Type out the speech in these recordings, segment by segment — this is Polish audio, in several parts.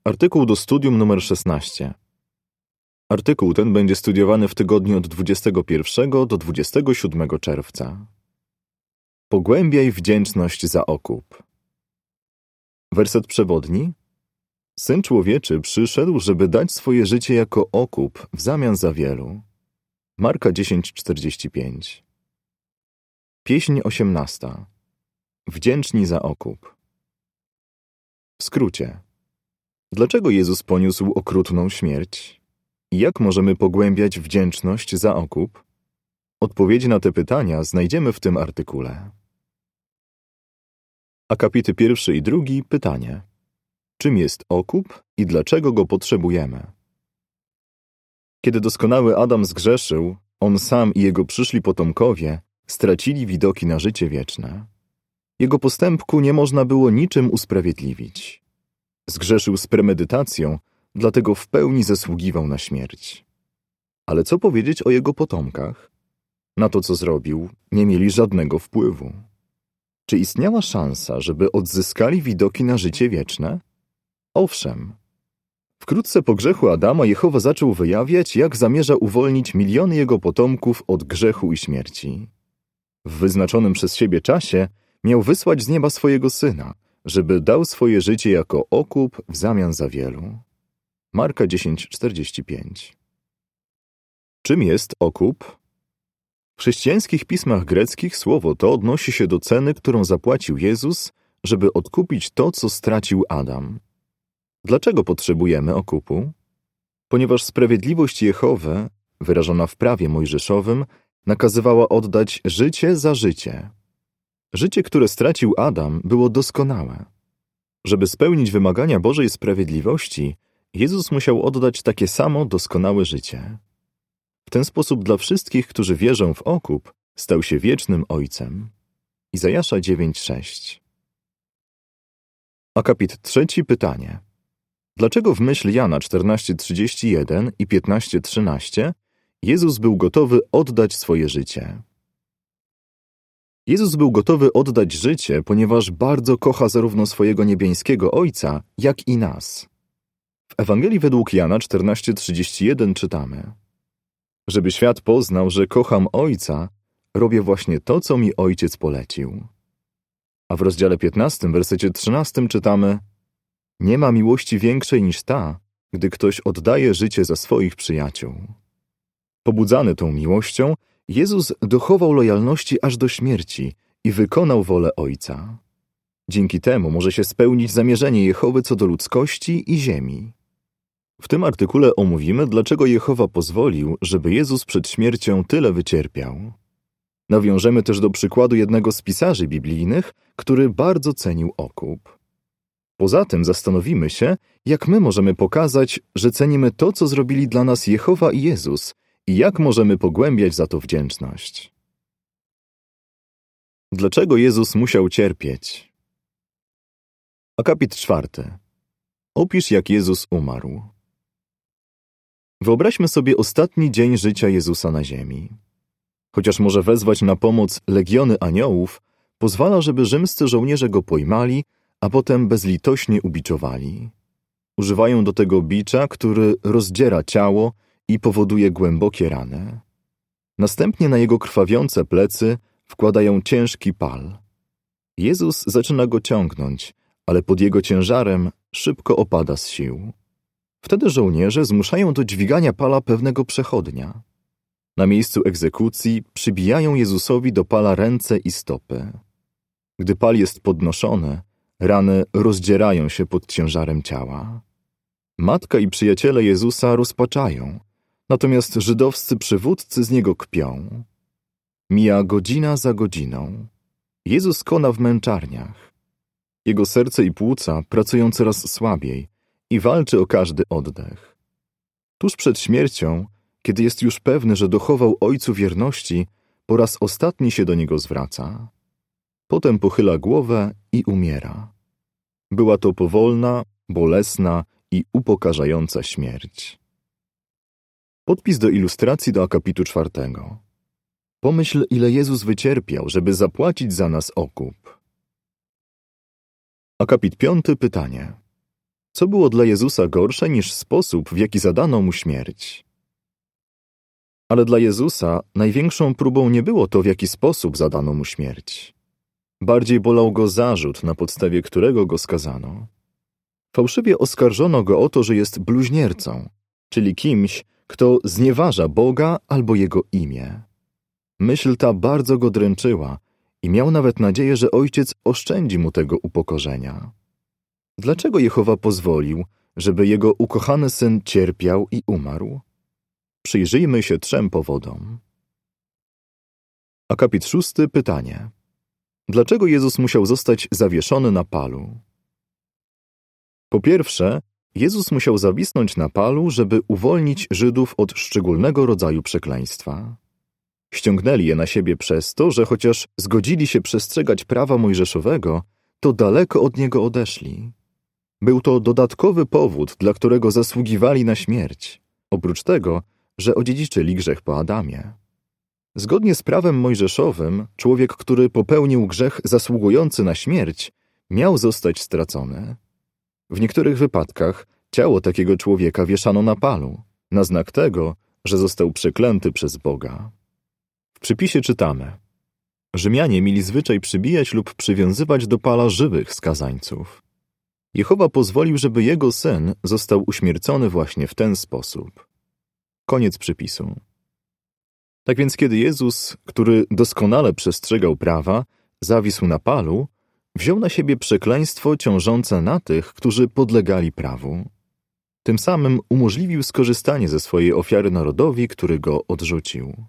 Artykuł do studium numer 16. Artykuł ten będzie studiowany w tygodniu od 21 do 27 czerwca. Pogłębiaj wdzięczność za okup. Werset przewodni. Syn Człowieczy przyszedł, żeby dać swoje życie jako okup w zamian za wielu. Marka 10:45. Pieśń 18. Wdzięczni za okup. W skrócie. Dlaczego Jezus poniósł okrutną śmierć? I jak możemy pogłębiać wdzięczność za okup? Odpowiedzi na te pytania znajdziemy w tym artykule. Akapity 1 i 2. Pytanie. Czym jest okup i dlaczego go potrzebujemy? Kiedy doskonały Adam zgrzeszył, on sam i jego przyszli potomkowie stracili widoki na życie wieczne. Jego postępku nie można było niczym usprawiedliwić. Zgrzeszył z premedytacją, dlatego w pełni zasługiwał na śmierć. Ale co powiedzieć o jego potomkach? Na to, co zrobił, nie mieli żadnego wpływu. Czy istniała szansa, żeby odzyskali widoki na życie wieczne? Owszem. Wkrótce po grzechu Adama Jehowa zaczął wyjawiać, jak zamierza uwolnić miliony jego potomków od grzechu i śmierci. W wyznaczonym przez siebie czasie miał wysłać z nieba swojego Syna, żeby dał swoje życie jako okup w zamian za wielu. Marka 10:45. Czym jest okup? W chrześcijańskich pismach greckich słowo to odnosi się do ceny, którą zapłacił Jezus, żeby odkupić to, co stracił Adam. Dlaczego potrzebujemy okupu? Ponieważ sprawiedliwość Jehowy, wyrażona w prawie mojżeszowym, nakazywała oddać życie za życie. Życie, które stracił Adam, było doskonałe. Żeby spełnić wymagania Bożej sprawiedliwości, Jezus musiał oddać takie samo doskonałe życie. W ten sposób dla wszystkich, którzy wierzą w okup, stał się wiecznym Ojcem. Izajasza 9:6. Akapit 3. Pytanie. Dlaczego w myśl Jana 14:31 i 15:13 Jezus był gotowy oddać swoje życie? Jezus był gotowy oddać życie, ponieważ bardzo kocha zarówno swojego niebiańskiego Ojca, jak i nas. W Ewangelii według Jana 14:31 czytamy: Żeby świat poznał, że kocham Ojca, robię właśnie to, co mi Ojciec polecił. A w rozdziale 15, wersecie 13 czytamy: Nie ma miłości większej niż ta, gdy ktoś oddaje życie za swoich przyjaciół. Pobudzany tą miłością, Jezus dochował lojalności aż do śmierci i wykonał wolę Ojca. Dzięki temu może się spełnić zamierzenie Jehowy co do ludzkości i ziemi. W tym artykule omówimy, dlaczego Jehowa pozwolił, żeby Jezus przed śmiercią tyle wycierpiał. Nawiążemy też do przykładu jednego z pisarzy biblijnych, który bardzo cenił okup. Poza tym zastanowimy się, jak my możemy pokazać, że cenimy to, co zrobili dla nas Jehowa i Jezus, i jak możemy pogłębiać za to wdzięczność. Dlaczego Jezus musiał cierpieć? Akapit 4. Opisz, jak Jezus umarł. Wyobraźmy sobie ostatni dzień życia Jezusa na ziemi. Chociaż może wezwać na pomoc legiony aniołów, pozwala, żeby rzymscy żołnierze go pojmali, a potem bezlitośnie ubiczowali. Używają do tego bicza, który rozdziera ciało i powoduje głębokie rany. Następnie na jego krwawiące plecy wkładają ciężki pal. Jezus zaczyna go ciągnąć, ale pod jego ciężarem szybko opada z sił. Wtedy żołnierze zmuszają do dźwigania pala pewnego przechodnia. Na miejscu egzekucji przybijają Jezusowi do pala ręce i stopy. Gdy pal jest podnoszony, rany rozdzierają się pod ciężarem ciała. Matka i przyjaciele Jezusa rozpaczają, natomiast żydowscy przywódcy z niego kpią. Mija godzina za godziną. Jezus kona w męczarniach. Jego serce i płuca pracują coraz słabiej i walczy o każdy oddech. Tuż przed śmiercią, kiedy jest już pewny, że dochował Ojcu wierności, po raz ostatni się do niego zwraca. Potem pochyla głowę i umiera. Była to powolna, bolesna i upokarzająca śmierć. Podpis do ilustracji do akapitu 4. Pomyśl, ile Jezus wycierpiał, żeby zapłacić za nas okup. Akapit 5. Pytanie. Co było dla Jezusa gorsze niż sposób, w jaki zadano mu śmierć? Ale dla Jezusa największą próbą nie było to, w jaki sposób zadano mu śmierć. Bardziej bolał go zarzut, na podstawie którego go skazano. Fałszywie oskarżono go o to, że jest bluźniercą, czyli kimś, kto znieważa Boga albo Jego imię. Myśl ta bardzo go dręczyła i miał nawet nadzieję, że Ojciec oszczędzi mu tego upokorzenia. Dlaczego Jehowa pozwolił, żeby Jego ukochany Syn cierpiał i umarł? Przyjrzyjmy się 3 powodom. Akapit 6. Pytanie. Dlaczego Jezus musiał zostać zawieszony na palu? Po pierwsze, Jezus musiał zawisnąć na palu, żeby uwolnić Żydów od szczególnego rodzaju przekleństwa. Ściągnęli je na siebie przez to, że chociaż zgodzili się przestrzegać prawa mojżeszowego, to daleko od niego odeszli. Był to dodatkowy powód, dla którego zasługiwali na śmierć, oprócz tego, że odziedziczyli grzech po Adamie. Zgodnie z prawem mojżeszowym, człowiek, który popełnił grzech zasługujący na śmierć, miał zostać stracony. W niektórych wypadkach ciało takiego człowieka wieszano na palu, na znak tego, że został przeklęty przez Boga. W przypisie czytamy: Rzymianie mieli zwyczaj przybijać lub przywiązywać do pala żywych skazańców. Jehowa pozwolił, żeby jego Syn został uśmiercony właśnie w ten sposób. Koniec przypisu. Tak więc kiedy Jezus, który doskonale przestrzegał prawa, zawisł na palu, wziął na siebie przekleństwo ciążące na tych, którzy podlegali prawu. Tym samym umożliwił skorzystanie ze swojej ofiary narodowi, który go odrzucił.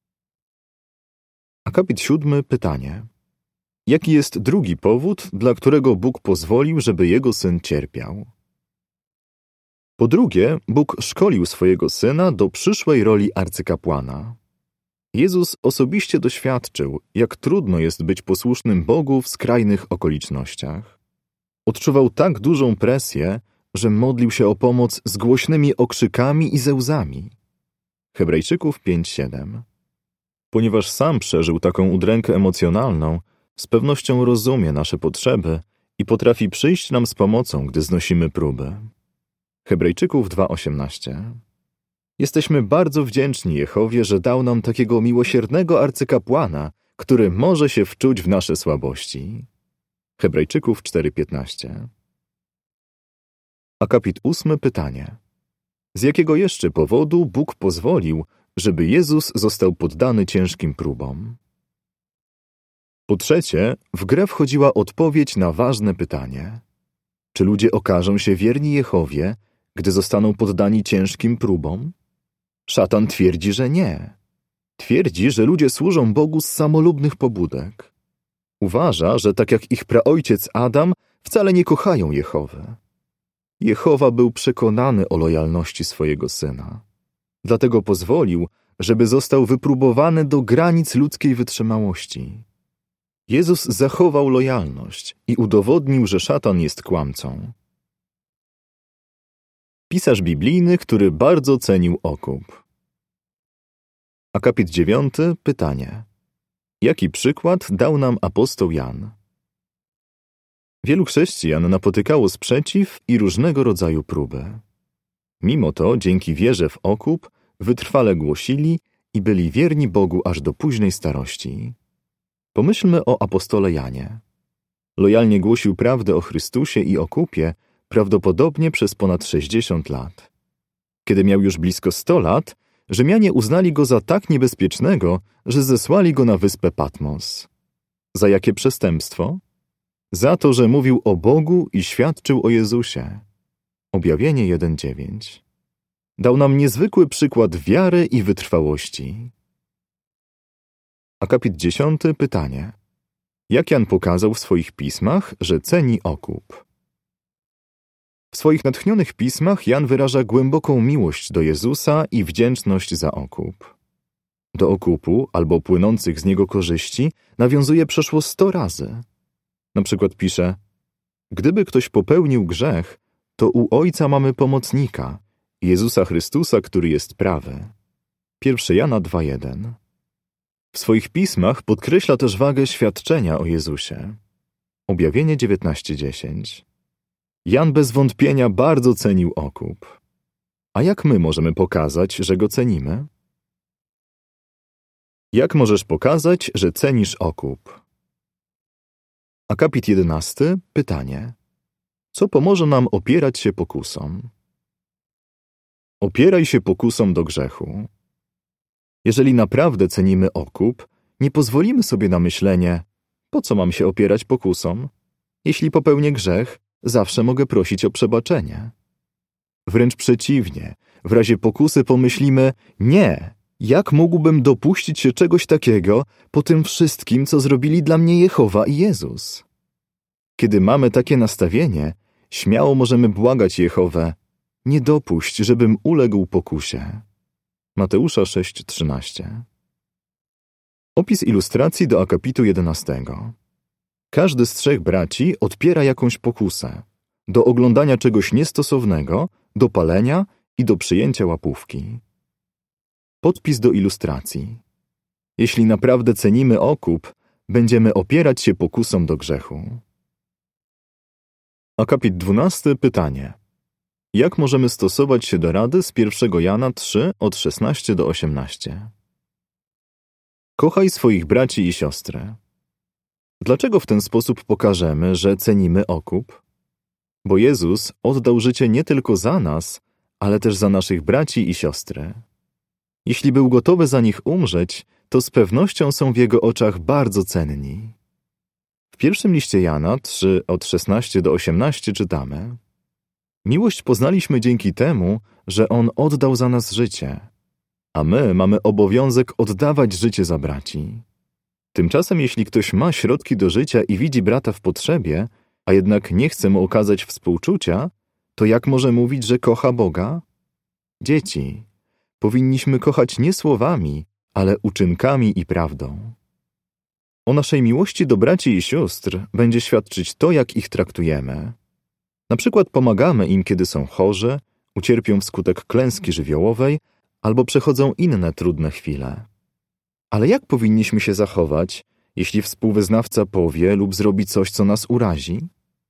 Akapit 7. Pytanie. Jaki jest drugi powód, dla którego Bóg pozwolił, żeby Jego Syn cierpiał? Po drugie, Bóg szkolił swojego Syna do przyszłej roli arcykapłana. Jezus osobiście doświadczył, jak trudno jest być posłusznym Bogu w skrajnych okolicznościach. Odczuwał tak dużą presję, że modlił się o pomoc z głośnymi okrzykami i ze łzami. Hebrajczyków 5:7. Ponieważ sam przeżył taką udrękę emocjonalną, z pewnością rozumie nasze potrzeby i potrafi przyjść nam z pomocą, gdy znosimy próby. Hebrajczyków 2:18. Jesteśmy bardzo wdzięczni Jehowie, że dał nam takiego miłosiernego arcykapłana, który może się wczuć w nasze słabości. Hebrajczyków 4:15. Akapit 8. Pytanie. Z jakiego jeszcze powodu Bóg pozwolił, żeby Jezus został poddany ciężkim próbom? Po trzecie, w grę wchodziła odpowiedź na ważne pytanie. Czy ludzie okażą się wierni Jehowie, gdy zostaną poddani ciężkim próbom? Szatan twierdzi, że nie. Twierdzi, że ludzie służą Bogu z samolubnych pobudek. Uważa, że tak jak ich praojciec Adam, wcale nie kochają Jehowy. Jehowa był przekonany o lojalności swojego Syna. Dlatego pozwolił, żeby został wypróbowany do granic ludzkiej wytrzymałości. Jezus zachował lojalność i udowodnił, że szatan jest kłamcą. Pisarz biblijny, który bardzo cenił okup. Akapit 9. Pytanie. Jaki przykład dał nam apostoł Jan? Wielu chrześcijan napotykało sprzeciw i różnego rodzaju próby. Mimo to, dzięki wierze w okup, wytrwale głosili i byli wierni Bogu aż do późnej starości. Pomyślmy o apostole Janie. Lojalnie głosił prawdę o Chrystusie i okupie, prawdopodobnie przez ponad 60 lat. Kiedy miał już blisko 100 lat, Rzymianie uznali go za tak niebezpiecznego, że zesłali go na wyspę Patmos. Za jakie przestępstwo? Za to, że mówił o Bogu i świadczył o Jezusie. Objawienie 1:9. Dał nam niezwykły przykład wiary i wytrwałości. Akapit 10. Pytanie. Jak Jan pokazał w swoich pismach, że ceni okup? W swoich natchnionych pismach Jan wyraża głęboką miłość do Jezusa i wdzięczność za okup. Do okupu albo płynących z niego korzyści nawiązuje przeszło 100 razy. Na przykład pisze: Gdyby ktoś popełnił grzech, to u Ojca mamy pomocnika, Jezusa Chrystusa, który jest prawy. 1 Jana 2:1. W swoich pismach podkreśla też wagę świadczenia o Jezusie. Objawienie 19:10. Jan bez wątpienia bardzo cenił okup. A jak my możemy pokazać, że go cenimy? Jak możesz pokazać, że cenisz okup? Akapit 11. Pytanie. Co pomoże nam opierać się pokusom? Opieraj się pokusom do grzechu. Jeżeli naprawdę cenimy okup, nie pozwolimy sobie na myślenie, po co mam się opierać pokusom? Jeśli popełnię grzech, zawsze mogę prosić o przebaczenie. Wręcz przeciwnie, w razie pokusy pomyślimy, nie, jak mógłbym dopuścić się czegoś takiego po tym wszystkim, co zrobili dla mnie Jehowa i Jezus? Kiedy mamy takie nastawienie, śmiało możemy błagać Jehowę, nie dopuść, żebym uległ pokusie. Mateusza 6:13. Opis ilustracji do akapitu 11. Każdy z trzech braci odpiera jakąś pokusę do oglądania czegoś niestosownego, do palenia i do przyjęcia łapówki. Podpis do ilustracji. Jeśli naprawdę cenimy okup, będziemy opierać się pokusom do grzechu. Akapit 12. Pytanie. Jak możemy stosować się do rady z 1 Jana 3 od 16 do 18? Kochaj swoich braci i siostry. Dlaczego w ten sposób pokażemy, że cenimy okup? Bo Jezus oddał życie nie tylko za nas, ale też za naszych braci i siostry. Jeśli był gotowy za nich umrzeć, to z pewnością są w Jego oczach bardzo cenni. W pierwszym liście Jana 3 od 16 do 18 czytamy: Miłość poznaliśmy dzięki temu, że On oddał za nas życie, a my mamy obowiązek oddawać życie za braci. Tymczasem jeśli ktoś ma środki do życia i widzi brata w potrzebie, a jednak nie chce mu okazać współczucia, to jak może mówić, że kocha Boga? Dzieci, powinniśmy kochać nie słowami, ale uczynkami i prawdą. O naszej miłości do braci i sióstr będzie świadczyć to, jak ich traktujemy. Na przykład pomagamy im, kiedy są chorzy, ucierpią wskutek klęski żywiołowej albo przechodzą inne trudne chwile. Ale jak powinniśmy się zachować, jeśli współwyznawca powie lub zrobi coś, co nas urazi?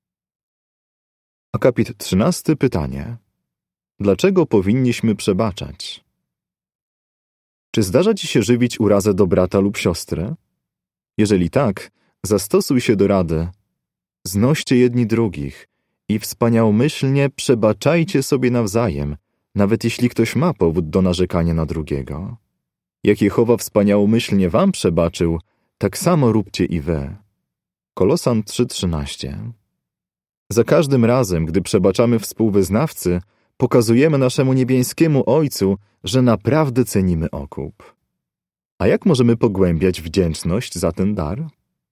Akapit 13. Pytanie. Dlaczego powinniśmy przebaczać? Czy zdarza ci się żywić urazę do brata lub siostry? Jeżeli tak, zastosuj się do rady. Znoście jedni drugich i wspaniałomyślnie przebaczajcie sobie nawzajem, nawet jeśli ktoś ma powód do narzekania na drugiego. Jak Jehowa wspaniałomyślnie wam przebaczył, tak samo róbcie i wy. Kolosan 3:13. Za każdym razem, gdy przebaczamy współwyznawcy, pokazujemy naszemu niebieskiemu Ojcu, że naprawdę cenimy okup. A jak możemy pogłębiać wdzięczność za ten dar?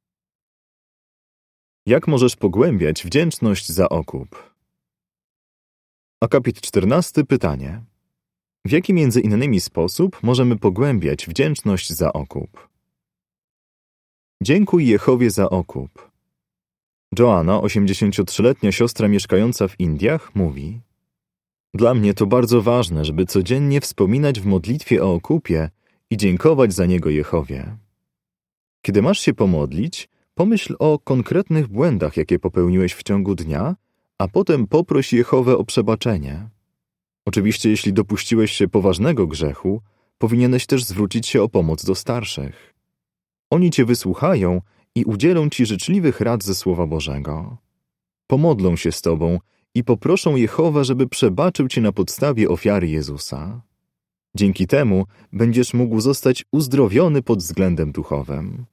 Jak możesz pogłębiać wdzięczność za okup? Akapit 14. Pytanie. W jaki między innymi sposób możemy pogłębiać wdzięczność za okup? Dziękuj Jehowie za okup. Joanna, 83-letnia siostra mieszkająca w Indiach, mówi: Dla mnie to bardzo ważne, żeby codziennie wspominać w modlitwie o okupie i dziękować za niego Jehowie. Kiedy masz się pomodlić, pomyśl o konkretnych błędach, jakie popełniłeś w ciągu dnia, a potem poproś Jehowę o przebaczenie. Oczywiście, jeśli dopuściłeś się poważnego grzechu, powinieneś też zwrócić się o pomoc do starszych. Oni cię wysłuchają i udzielą ci życzliwych rad ze Słowa Bożego. Pomodlą się z tobą i poproszą Jehowę, żeby przebaczył ci na podstawie ofiary Jezusa. Dzięki temu będziesz mógł zostać uzdrowiony pod względem duchowym.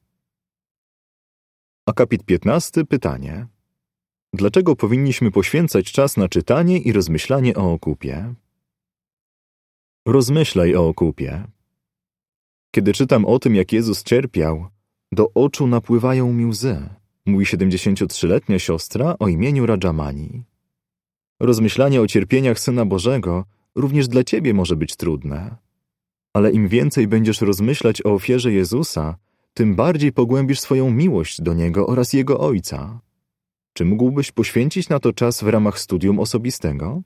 Akapit 15. Pytanie. Dlaczego powinniśmy poświęcać czas na czytanie i rozmyślanie o okupie? Rozmyślaj o okupie. Kiedy czytam o tym, jak Jezus cierpiał, do oczu napływają mi łzy, mówi 73-letnia siostra o imieniu Rajamani. Rozmyślanie o cierpieniach Syna Bożego również dla ciebie może być trudne. Ale im więcej będziesz rozmyślać o ofierze Jezusa, tym bardziej pogłębisz swoją miłość do Niego oraz Jego Ojca. Czy mógłbyś poświęcić na to czas w ramach studium osobistego?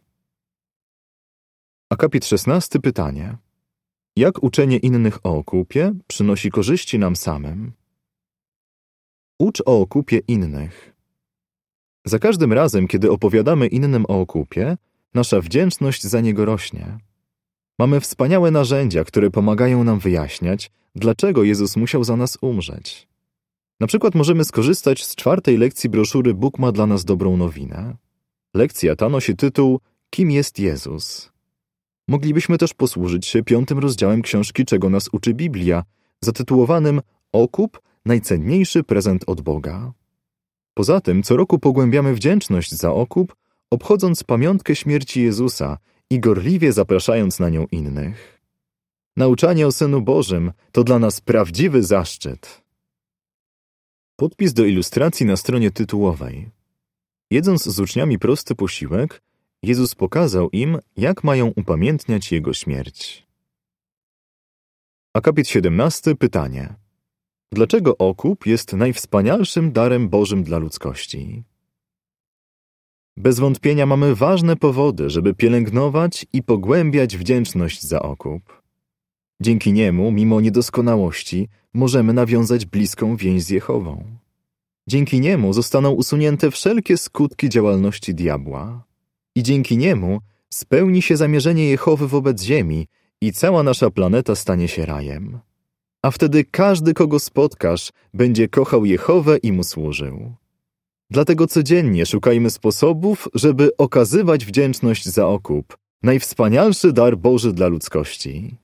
Akapit 16. Pytanie. Jak uczenie innych o okupie przynosi korzyści nam samym? Ucz o okupie innych. Za każdym razem, kiedy opowiadamy innym o okupie, nasza wdzięczność za niego rośnie. Mamy wspaniałe narzędzia, które pomagają nam wyjaśniać, dlaczego Jezus musiał za nas umrzeć. Na przykład możemy skorzystać z 4. lekcji broszury Bóg ma dla nas dobrą nowinę. Lekcja ta nosi tytuł Kim jest Jezus? Moglibyśmy też posłużyć się 5. rozdziałem książki Czego nas uczy Biblia, zatytułowanym Okup – najcenniejszy prezent od Boga. Poza tym co roku pogłębiamy wdzięczność za okup, obchodząc pamiątkę śmierci Jezusa i gorliwie zapraszając na nią innych. Nauczanie o Synu Bożym to dla nas prawdziwy zaszczyt. Podpis do ilustracji na stronie tytułowej. Jedząc z uczniami prosty posiłek, Jezus pokazał im, jak mają upamiętniać Jego śmierć. Akapit 17. Pytanie. Dlaczego okup jest najwspanialszym darem Bożym dla ludzkości? Bez wątpienia mamy ważne powody, żeby pielęgnować i pogłębiać wdzięczność za okup. Dzięki niemu, mimo niedoskonałości, możemy nawiązać bliską więź z Jehową. Dzięki niemu zostaną usunięte wszelkie skutki działalności diabła. I dzięki niemu spełni się zamierzenie Jehowy wobec ziemi i cała nasza planeta stanie się rajem. A wtedy każdy, kogo spotkasz, będzie kochał Jehowę i mu służył. Dlatego codziennie szukajmy sposobów, żeby okazywać wdzięczność za okup, najwspanialszy dar Boży dla ludzkości.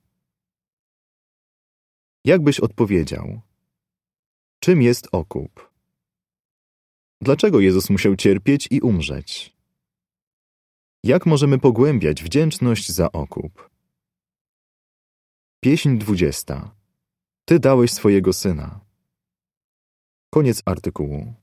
Jak byś odpowiedział? Czym jest okup? Dlaczego Jezus musiał cierpieć i umrzeć? Jak możemy pogłębiać wdzięczność za okup? Pieśń 20. Ty dałeś swojego Syna. Koniec artykułu.